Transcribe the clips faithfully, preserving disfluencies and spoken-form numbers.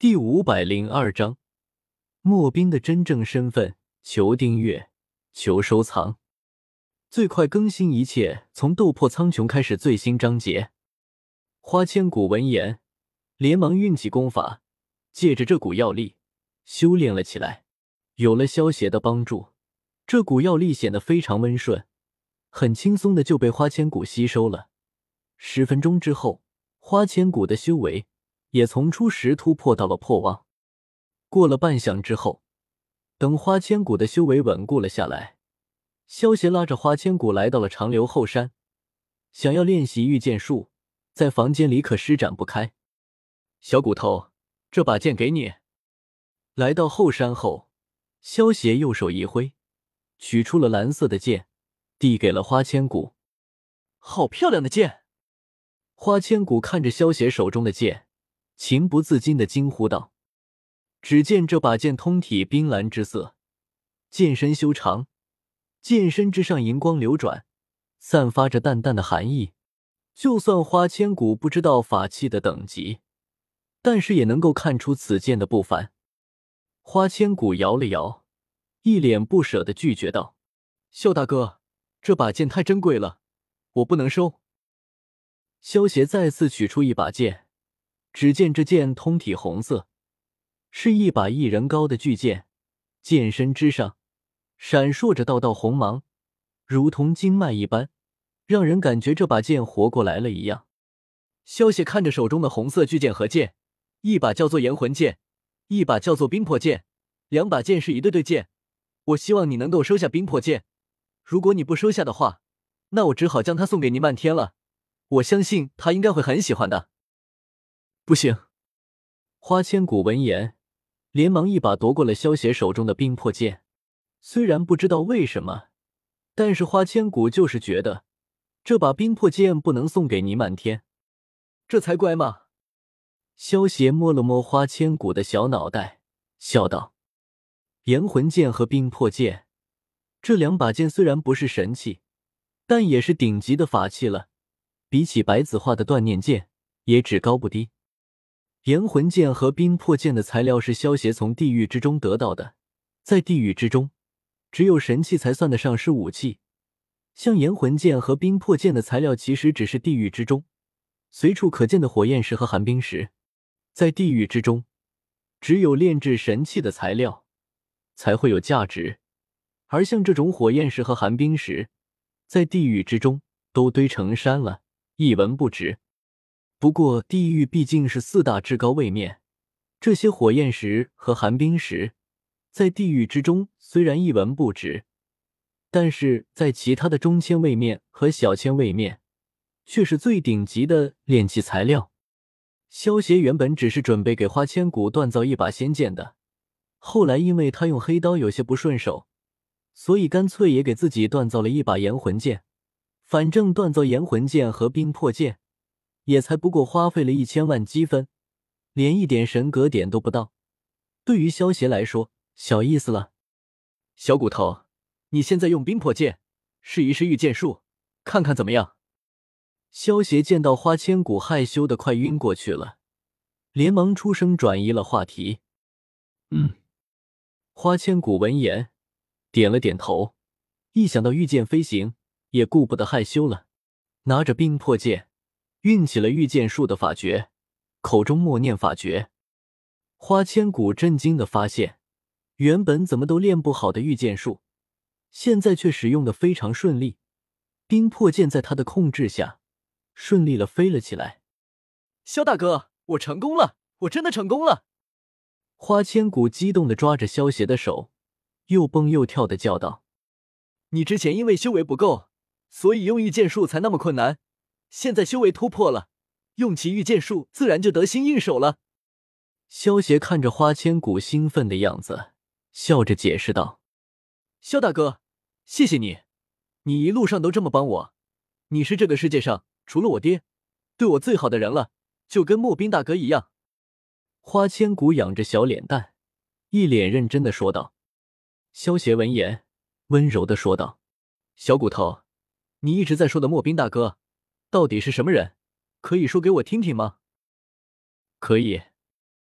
第五百零二章，莫冰的真正身份。求订阅，求收藏，最快更新一切从斗破苍穹开始最新章节。花千骨闻言，连忙运起功法，借着这股药力修炼了起来。有了萧协的帮助，这股药力显得非常温顺，很轻松的就被花千骨吸收了。十分钟之后，花千骨的修为也从初十突破到了破望。过了半晌之后，等花千骨的修为稳固了下来，萧协拉着花千骨来到了长流后山，想要练习御剑术，在房间里可施展不开。小骨头，这把剑给你。来到后山后，萧协右手一挥，取出了蓝色的剑，递给了花千骨。好漂亮的剑！花千骨看着萧协手中的剑，情不自禁地惊呼道。只见这把剑通体冰蓝之色，剑身修长，剑身之上银光流转，散发着淡淡的寒意。就算花千骨不知道法器的等级，但是也能够看出此剑的不凡。花千骨摇了摇，一脸不舍地拒绝道：萧大哥，这把剑太珍贵了，我不能收。萧协再次取出一把剑，只见这剑通体红色，是一把一人高的巨剑，剑身之上闪烁着道道红芒，如同经脉一般，让人感觉这把剑活过来了一样。萧协看着手中的红色巨剑和剑，一把叫做炎魂剑，一把叫做冰魄剑，两把剑是一对对剑。我希望你能够收下冰魄剑，如果你不收下的话，那我只好将它送给宁漫天了。我相信他应该会很喜欢的。不行！花千骨闻言，连忙一把夺过了萧协手中的冰魄剑。虽然不知道为什么，但是花千骨就是觉得这把冰魄剑不能送给宁漫天，这才怪嘛。萧协摸了摸花千骨的小脑袋，笑道：炎魂剑和冰魄剑，这两把剑虽然不是神器，但也是顶级的法器了，比起白子画的断念剑也只高不低。炎魂剑和冰魄剑的材料是萧协从地狱之中得到的，在地狱之中，只有神器才算得上是武器。像炎魂剑和冰魄剑的材料其实只是地狱之中随处可见的火焰石和寒冰石，在地狱之中，只有炼制神器的材料才会有价值，而像这种火焰石和寒冰石，在地狱之中都堆成山了，一文不值。不过地狱毕竟是四大至高位面，这些火焰石和寒冰石在地狱之中虽然一文不值，但是在其他的中千位面和小千位面却是最顶级的炼器材料。萧协原本只是准备给花千骨锻造一把仙剑的，后来因为他用黑刀有些不顺手，所以干脆也给自己锻造了一把炎魂剑。反正锻造炎魂剑和冰魄剑也才不过花费了一千万积分，连一点神格点都不到，对于萧协来说小意思了。小骨头，你现在用冰魄剑试一试御剑术，看看怎么样？萧协见到花千骨害羞的快晕过去了，连忙出声转移了话题。嗯。花千骨闻言点了点头，一想到御剑飞行也顾不得害羞了，拿着冰魄剑运起了御剑术的法诀，口中默念法诀。花千骨震惊地发现，原本怎么都练不好的御剑术，现在却使用得非常顺利，冰魄剑在他的控制下顺利了飞了起来。萧大哥，我成功了，我真的成功了！花千骨激动地抓着萧协的手，又蹦又跳地叫道：你之前因为修为不够，所以用御剑术才那么困难，现在修为突破了，用起御剑术自然就得心应手了。萧协看着花千骨兴奋的样子，笑着解释道：萧大哥，谢谢你，你一路上都这么帮我，你是这个世界上除了我爹对我最好的人了，就跟莫冰大哥一样。花千骨仰着小脸蛋，一脸认真地说道。萧协闻言温柔地说道：小骨头，你一直在说的莫冰大哥到底是什么人，可以说给我听听吗？可以。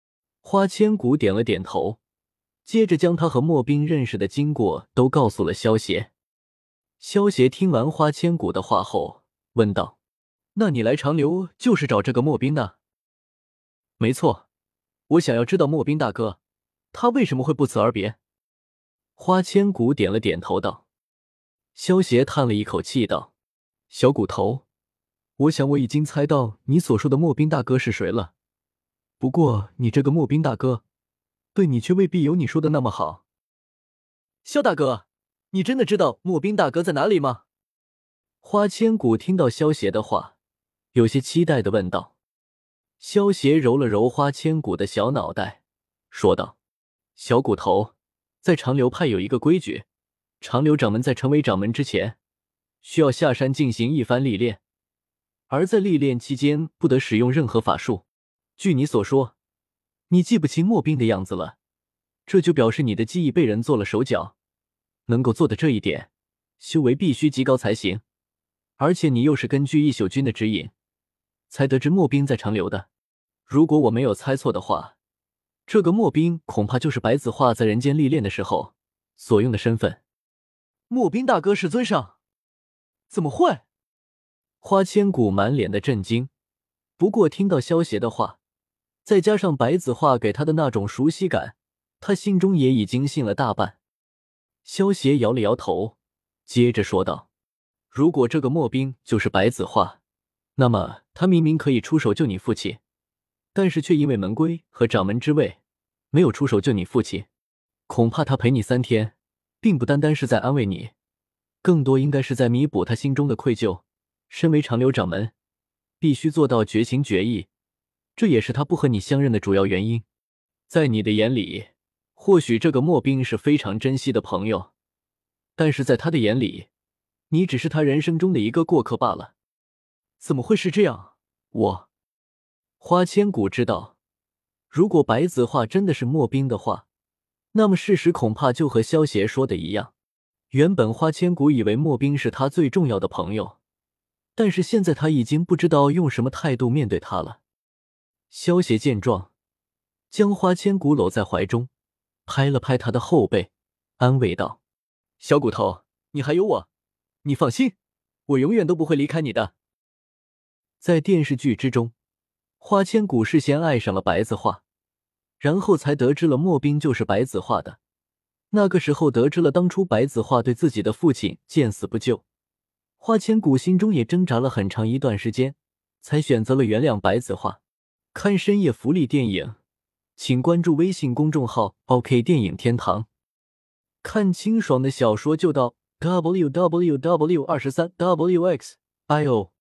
花千骨点了点头，接着将他和莫冰认识的经过都告诉了萧协。萧协听完花千骨的话后，问道：“那你来长留就是找这个莫冰的？”“没错，我想要知道莫冰大哥，他为什么会不辞而别？”花千骨点了点头道。萧协叹了一口气道：“小骨头，我想我已经猜到你所说的莫冰大哥是谁了。不过你这个莫冰大哥，对你却未必有你说的那么好。”“萧大哥，你真的知道莫冰大哥在哪里吗？”花千骨听到萧协的话，有些期待地问道。萧协揉了揉花千骨的小脑袋，说道：“小骨头，在长留派有一个规矩，长留掌门在成为掌门之前，需要下山进行一番历练，而在历练期间不得使用任何法术。据你所说，你记不清莫冰的样子了，这就表示你的记忆被人做了手脚。能够做的这一点，修为必须极高才行。而且你又是根据一宿君的指引，才得知莫冰在长留的。如果我没有猜错的话，这个莫冰恐怕就是白子画在人间历练的时候所用的身份。”“莫冰大哥是尊上？怎么会？”花千骨满脸的震惊。不过听到萧协的话，再加上白子画给他的那种熟悉感，他心中也已经信了大半。萧协摇了摇头，接着说道：“如果这个莫冰就是白子画，那么他明明可以出手救你父亲，但是却因为门规和掌门之位，没有出手救你父亲。恐怕他陪你三天，并不单单是在安慰你，更多应该是在弥补他心中的愧疚。身为长留掌门，必须做到绝情绝义，这也是他不和你相认的主要原因。在你的眼里，或许这个莫冰是非常珍惜的朋友，但是在他的眼里，你只是他人生中的一个过客罢了。”“怎么会是这样？我……”花千骨知道，如果白子画真的是莫冰的话，那么事实恐怕就和萧协说的一样。原本花千骨以为莫冰是他最重要的朋友，但是现在他已经不知道用什么态度面对他了。萧协见状，将花千骨搂在怀中，拍了拍他的后背，安慰道：“小骨头，你还有我，你放心，我永远都不会离开你的。”在电视剧之中，花千骨事先爱上了白子画，然后才得知了莫冰就是白子画的。那个时候得知了当初白子画对自己的父亲见死不救，花千骨心中也挣扎了很长一段时间，才选择了原谅白子画。看深夜福利电影，请关注微信公众号 OK 电影天堂。看清爽的小说就到 double u double u double u 二十三 w x i o